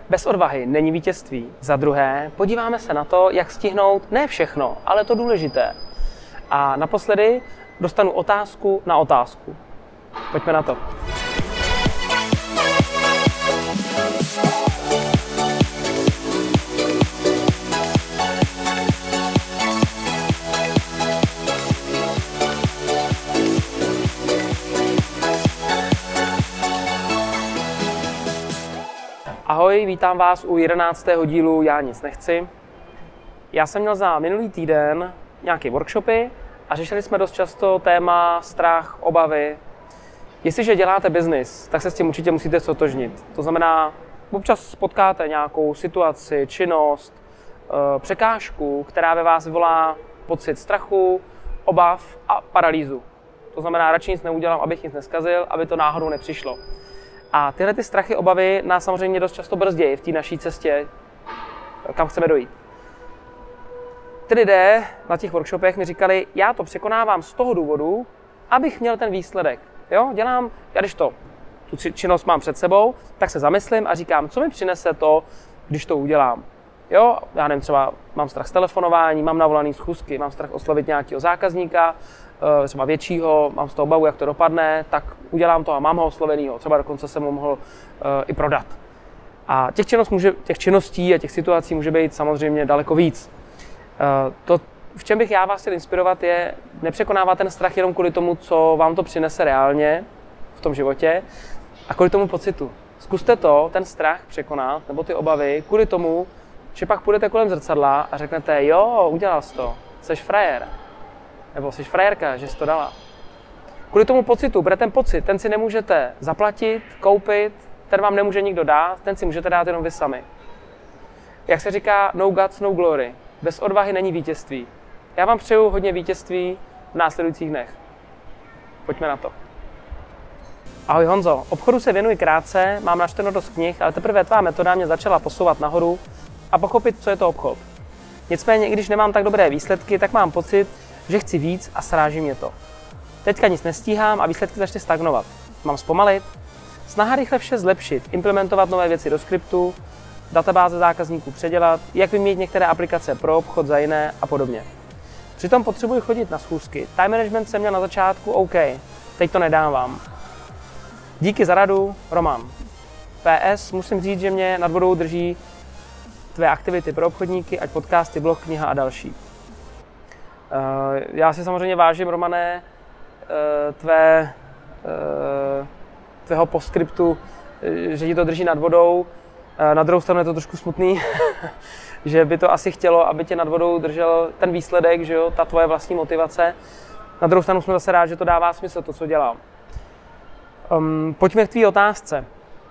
Bez odvahy není vítězství. Za druhé, podíváme se na to, jak stihnout ne všechno, ale to důležité. A naposledy dostanu otázku na otázku. Pojďme na to. Ahoj, vítám vás u 11. dílu Já nic nechci. Já jsem měl za minulý týden nějaké workshopy a řešili jsme dost často téma strach, obavy. Jestliže děláte biznis, tak se s tím určitě musíte ztotožnit. To znamená, občas potkáte nějakou situaci, činnost, překážku, která ve vás vyvolá pocit strachu, obav a paralýzu. To znamená, radši nic neudělám, abych nic neskazil, aby to náhodou nepřišlo. A tyhle ty strachy, obavy nás samozřejmě dost často brzdějí v té naší cestě, kam chceme dojít. Ty lidé na těch workshopech mi říkali, já to překonávám z toho důvodu, abych měl ten výsledek. Jo? Když tu činnost mám před sebou, tak se zamyslím a říkám, co mi přinese to, když to udělám. Jo? Já nevím, třeba mám strach z telefonování, mám navolaný schůzky, mám strach oslovit nějakého zákazníka, třeba většího, mám z toho obavu, jak to dopadne, tak udělám to a mám ho oslovenýho, třeba dokonce jsem ho mohl i prodat. A těch činností a těch situací může být samozřejmě daleko víc. To, v čem bych já vás chtěl inspirovat, je nepřekonávat ten strach jenom kvůli tomu, co vám to přinese reálně v tom životě a kvůli tomu pocitu. Zkuste ten strach překonat, nebo ty obavy, kvůli tomu, že pak půjdete kolem zrcadla a řeknete, jo, udělal jsi to, jsi frajer. Nebo jsi frajerka, že jsi to dala. Kvůli tomu pocitu, protože ten pocit, ten si nemůžete zaplatit, koupit, ten vám nemůže nikdo dát, ten si můžete dát jenom vy sami. Jak se říká, no guts, no glory. Bez odvahy není vítězství. Já vám přeju hodně vítězství v následujících dnech. Pojďme na to. Ahoj Honzo, obchodu se věnuji krátce, mám načteno dost knih, ale teprve tvá metoda mě začala posouvat nahoru a pochopit, co je to obchod. Nicméně, i když nemám tak dobré výsledky, tak mám pocit, že chci víc a sráží mě to. Teďka nic nestíhám a výsledky začaly stagnovat. Mám zpomalit? Snaha rychle vše zlepšit, implementovat nové věci do skriptu, databáze zákazníků předělat, jak vyměnit některé aplikace pro obchod za jiné a podobně. Přitom potřebuji chodit na schůzky. Time management jsem měl na začátku OK, teď to nedávám. Díky za radu, Roman. PS, musím říct, že mě nad vodou drží tvé aktivity pro obchodníky, ať podcasty, blog, kniha a další. Já si samozřejmě vážím, Romane, tvého postscriptu, že ti to drží nad vodou. Na druhou stranu je to trošku smutný, že by to asi chtělo, aby tě nad vodou držel ten výsledek, že jo, ta tvoje vlastní motivace. Na druhou stranu jsem zase rád, že to dává smysl, to, co dělám. Pojďme k tvý otázce.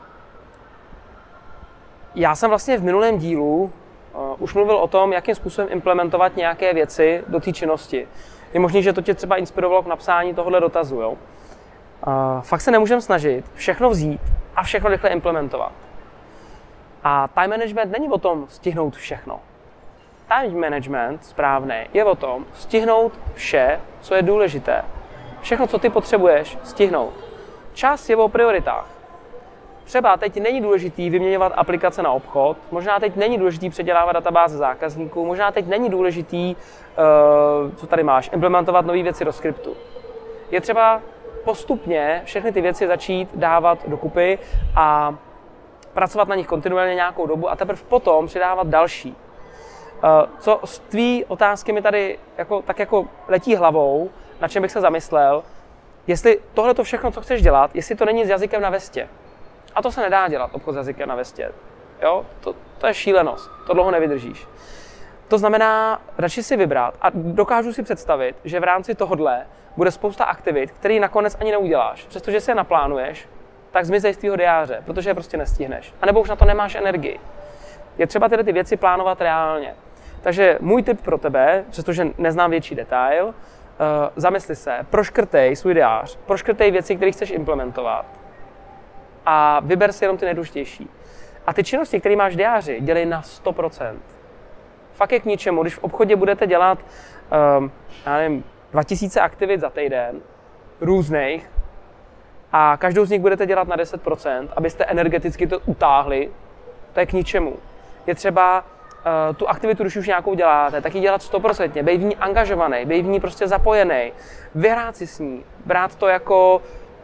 Já jsem vlastně v minulém dílu už mluvil o tom, jakým způsobem implementovat nějaké věci do té činnosti. Je možné, že to tě třeba inspirovalo k napsání tohohle dotazu. Jo? Fakt se nemůžeme snažit všechno vzít a všechno rychle implementovat. A time management není o tom stihnout všechno. Time management správný je o tom stihnout vše, co je důležité. Všechno, co ty potřebuješ, stihnout. Čas je o prioritách. Třeba teď není důležitý vyměňovat aplikace na obchod, možná teď není důležitý předělávat databáze zákazníků, možná teď není důležitý, co tady máš, implementovat nové věci do skriptu. Je třeba postupně všechny ty věci začít dávat dokupy a pracovat na nich kontinuálně nějakou dobu a teprve potom přidávat další. Co z tvý otázky mi tady tak letí hlavou, na čem bych se zamyslel, jestli tohle to všechno, co chceš dělat, jestli to není s jazykem na vestě. A to se nedá dělat, obchod s jazykem na vestě. Jo? To je šílenost, to dlouho nevydržíš. To znamená radši si vybrat a dokážu si představit, že v rámci tohodle bude spousta aktivit, které nakonec ani neuděláš. Přestože si je naplánuješ, tak zmizej z tvýho diáře, protože je prostě nestihneš. A nebo už na to nemáš energii. Je třeba tyhle ty věci plánovat reálně. Takže můj tip pro tebe, přestože neznám větší detail, zamysli se, proškrtej svůj diář, proškrtej věci, které chceš implementovat a vyber si jenom ty nejdůležitější. A ty činnosti, které máš v diáři, dělej na 100%. Fakt je k ničemu, když v obchodě budete dělat 2000 aktivit za týden, různých, a každou z nich budete dělat na 10%, abyste energeticky to utáhli, to je k ničemu. Je třeba tu aktivitu, když už nějakou děláte, tak ji dělat 100%, být v ní angažovaný, být v ní prostě zapojený, vyhrát si s ní, brát to jako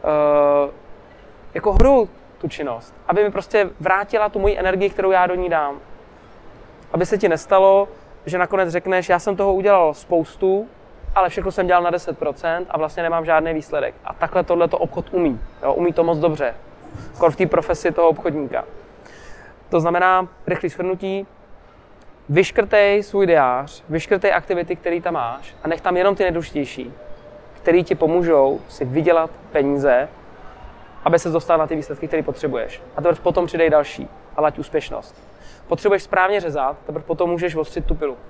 hru, tu činnost, aby mi prostě vrátila tu moji energii, kterou já do ní dám. Aby se ti nestalo, že nakonec řekneš, já jsem toho udělal spoustu, ale všechno jsem dělal na 10% a vlastně nemám žádný výsledek. A takhle tohleto obchod umí. Jo? Umí to moc dobře. Skoro v té profesi toho obchodníka. To znamená, rychlé shrnutí, vyškrtej svůj diář, vyškrtej aktivity, které tam máš a nech tam jenom ty nejdůležitější, které ti pomůžou si vydělat peníze, aby se dostal na ty výsledky, které potřebuješ. A teprve potom přidej další a laď úspěšnost. Potřebuješ správně řezat, teprve potom můžeš ostřit tu pilu.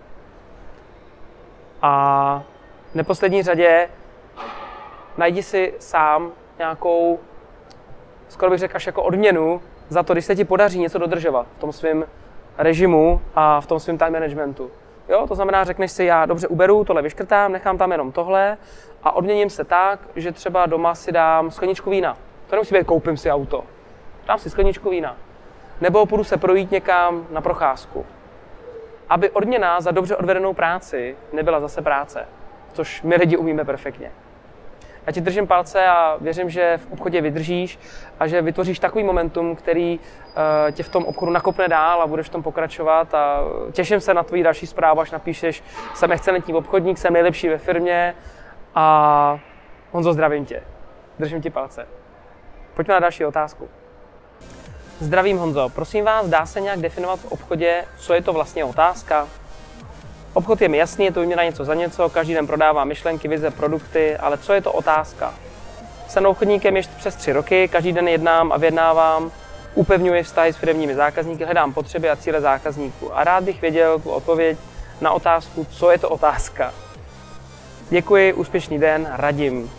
A v neposlední řadě najdi si sám nějakou, skoro bych řekl až jako odměnu za to, když se ti podaří něco dodržovat v tom svém režimu a v tom svém time managementu. Jo, to znamená, řekneš si, já dobře uberu, tohle vyškrtám, nechám tam jenom tohle a odměním se tak, že třeba doma si dám skleničku vína. To nemusí být, koupím si auto. Dám si skleničku vína. Nebo půjdu se projít někam na procházku. Aby odměna za dobře odvedenou práci nebyla zase práce, což my lidi umíme perfektně. Já ti držím palce a věřím, že v obchodě vydržíš a že vytvoříš takový momentum, který tě v tom obchodu nakopne dál a budeš v tom pokračovat. A těším se na tvoji další zprávu, až napíšeš, jsem excelentní obchodník, jsem nejlepší ve firmě a Honzo, zdravím tě. Držím ti palce. Pojďme na další otázku. Zdravím, Honzo. Prosím vás, dá se nějak definovat v obchodě, co je to vlastně otázka? Obchod je mi jasný, je to výměna něco za něco, každý den prodává myšlenky, vize, produkty, ale co je to otázka? Jsem obchodníkem ještě přes 3 roky, každý den jednám a vyjednávám, upevňuji vztahy s firemními zákazníky, hledám potřeby a cíle zákazníků a rád bych věděl tu odpověď na otázku, co je to otázka. Děkuji, úspěšný den, Radim.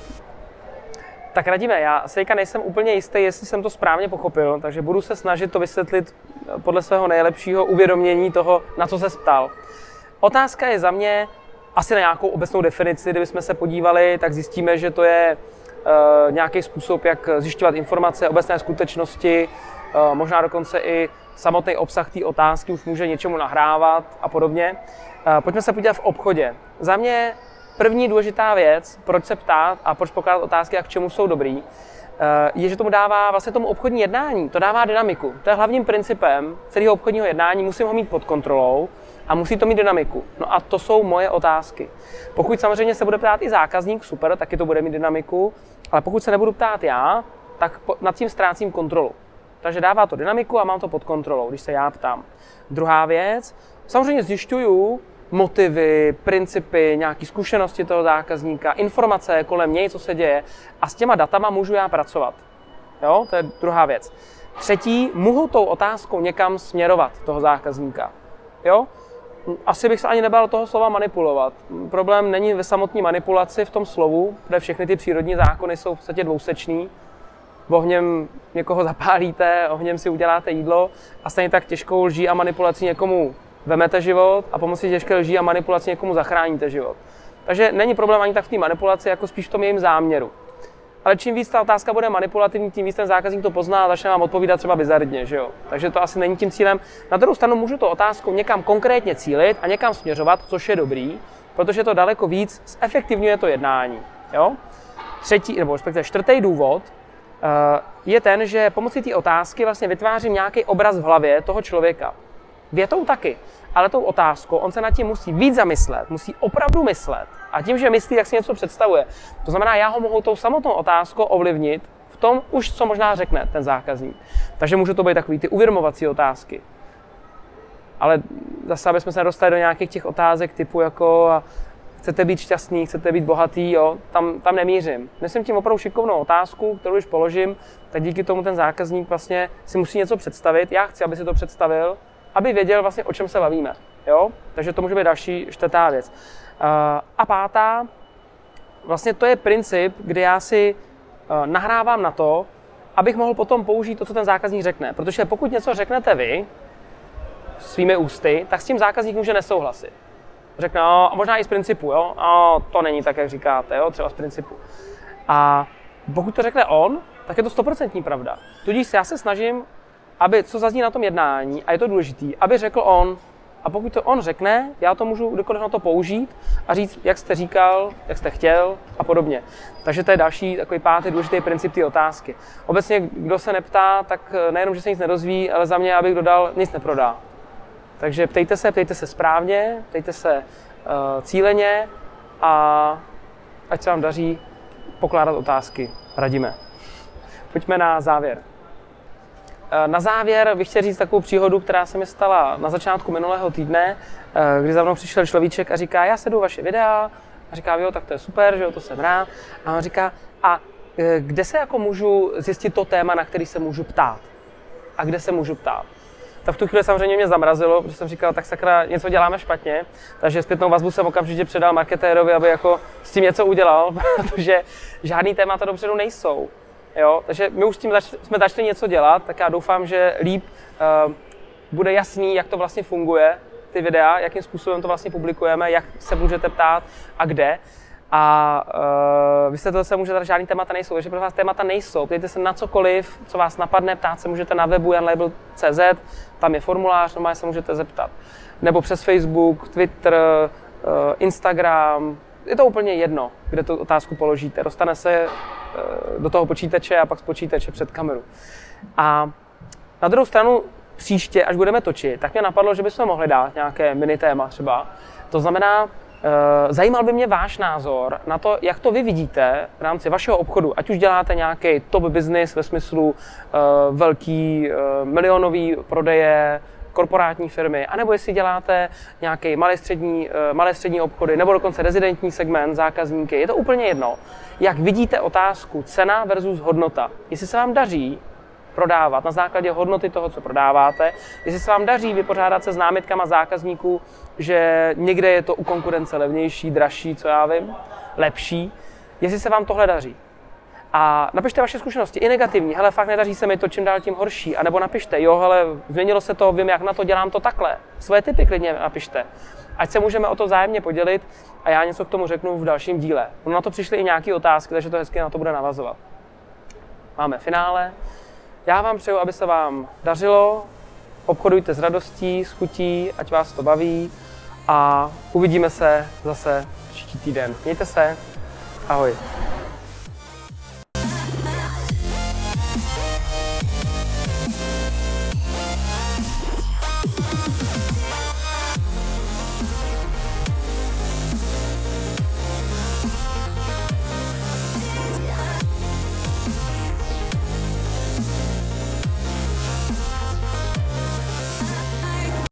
Tak Radime, já se nejsem úplně jistý, jestli jsem to správně pochopil, takže budu se snažit to vysvětlit podle svého nejlepšího uvědomění toho, na co se ptal. Otázka je za mě asi na nějakou obecnou definici, kdybychom se podívali, tak zjistíme, že to je nějaký způsob, jak zjišťovat informace, obecné skutečnosti, možná dokonce i samotný obsah té otázky už může něčemu nahrávat a podobně. Pojďme se podívat v obchodě. Za mě první důležitá věc, proč se ptát a proč pokládat otázky a k čemu jsou dobrý, je, že tomu dává vlastně tomu obchodní jednání, to dává dynamiku. To je hlavním principem celého obchodního jednání, musím ho mít pod kontrolou a musí to mít dynamiku. No a to jsou moje otázky. Pokud samozřejmě se bude ptát i zákazník, super, taky to bude mít dynamiku, ale pokud se nebudu ptát já, tak nad tím ztrácím kontrolu. Takže dává to dynamiku a mám to pod kontrolou, když se já ptám. Druhá věc, samozřejmě zjišťuju motivy, principy, nějaké zkušenosti toho zákazníka, informace kolem něj, co se děje a s těma datama můžu já pracovat. Jo, to je druhá věc. Třetí, mohu tou otázkou někam směrovat toho zákazníka. Jo? Asi bych se ani nebál toho slova manipulovat. Problém není ve samotné manipulaci v tom slovu, protože všechny ty přírodní zákony jsou v podstatě dvousečný. Ohněm někoho zapálíte, ohněm si uděláte jídlo a stejně tak těžkou lží a manipulací někomu vemete život a pomocí těžké lží a manipulací někomu zachráníte život. Takže není problém ani tak v té manipulaci, jako spíš v tom jejím záměru. Ale čím víc ta otázka bude manipulativní, tím víc ten zákazník to pozná a začne vám odpovídat třeba bizarně, že jo? Takže to asi není tím cílem. Na druhou stranu můžu to otázkou někam konkrétně cílit a někam směřovat, což je dobrý, protože to daleko víc zefektivňuje to jednání, jo? Třetí, nebo respektive čtvrtý důvod je ten, že pomocí té otázky vlastně vytvářím nějaký obraz v hlavě toho člověka. Větou taky, ale tou otázkou on se nad tím musí víc zamyslet, musí opravdu myslet a tím, že myslí, tak si něco představuje. To znamená, já ho mohu tou samotnou otázkou ovlivnit v tom už, co možná řekne ten zákazník. Takže můžou to být takový ty uvědomovací otázky. Ale zase, aby jsme se nedostali do nějakých těch otázek typu jako chcete být šťastný, chcete být bohatý, jo, tam nemířím. Myslím tím opravdu šikovnou otázku, kterou když položím, tak díky tomu ten zákazník vlastně si musí něco představit. Já chci, aby si to představil, aby věděl vlastně, o čem se bavíme. Jo? Takže to může být další čtvrtá věc. A pátá, vlastně to je princip, kdy já si nahrávám na to, abych mohl potom použít to, co ten zákazník řekne. Protože pokud něco řeknete vy svými ústy, tak s tím zákazník může nesouhlasit. Řekne, no, a možná i z principu, jo? No, to není tak, jak říkáte, jo? Třeba z principu. A pokud to řekne on, tak je to 100% pravda. Tudíž já se snažím, aby, co zazní na tom jednání, a je to důležitý, aby řekl on. A pokud to on řekne, já to můžu kdykoliv na to použít a říct, jak jste říkal, jak jste chtěl a podobně. Takže to je další takový pátý důležitý princip té otázky. Obecně, kdo se neptá, tak nejenom, že se nic nedozví, ale za mě, abych dodal, nic neprodá. Takže ptejte se správně, ptejte se cíleně a ať se vám daří pokládat otázky. Radíme. Pojďme na závěr. Na závěr bych chtěl říct takovou příhodu, která se mi stala na začátku minulého týdne, kdy za mnou přišel človíček a říká, já sleduju vaše videa, a říkám, jo, tak to je super, že jo, to jsem rád. A on říká, a kde se jako můžu zjistit to téma, na který se můžu ptát? A kde se můžu ptát? Tak v tu chvíli samozřejmě mě zamrazilo, protože jsem říkal, tak sakra, něco děláme špatně, takže zpětnou vazbu jsem okamžitě předal marketérovi, aby jako s tím něco udělal, protože žádný témata dopředu nejsou. Jo, takže my už s tím jsme začali něco dělat, tak já doufám, že líp bude jasný, jak to vlastně funguje, ty videa, jakým způsobem to vlastně publikujeme, jak se můžete ptát a kde. A vysvětlil jsem mu, že tady žádný témata nejsou, takže pro vás témata nejsou. Ptejte se na cokoliv, co vás napadne, ptát se můžete na webu janlabel.cz, tam je formulář, normálně se můžete zeptat. Nebo přes Facebook, Twitter, Instagram, je to úplně jedno, kde tu otázku položíte. Dostane se do toho počítače a pak z počítače před kameru. A na druhou stranu příště, až budeme točit, tak mě napadlo, že bychom mohli dát nějaké mini téma třeba. To znamená, zajímal by mě váš názor na to, jak to vy vidíte v rámci vašeho obchodu, ať už děláte nějaký top business ve smyslu velký milionový prodeje, korporátní firmy, anebo jestli děláte nějaké malé střední obchody, nebo dokonce rezidentní segment, zákazníky, je to úplně jedno. Jak vidíte otázku cena versus hodnota, jestli se vám daří prodávat na základě hodnoty toho, co prodáváte, jestli se vám daří vypořádat se s námitkama zákazníků, že někde je to u konkurence levnější, dražší, co já vím, lepší, jestli se vám tohle daří. A napište vaše zkušenosti, i negativní, hele, fakt nedaří se mi to, čím dál tím horší, anebo napište, jo, hele, změnilo se to, vím, jak na to, dělám to takhle. Svoje tipy klidně napište. Ať se můžeme o to vzájemně podělit a já něco k tomu řeknu v dalším díle. No na to přišly i nějaké otázky, takže to hezky na to bude navazovat. Máme finále. Já vám přeju, aby se vám dařilo, obchodujte s radostí, s chutí, ať vás to baví a uvidíme se zase příští týden. Mějte se, ahoj.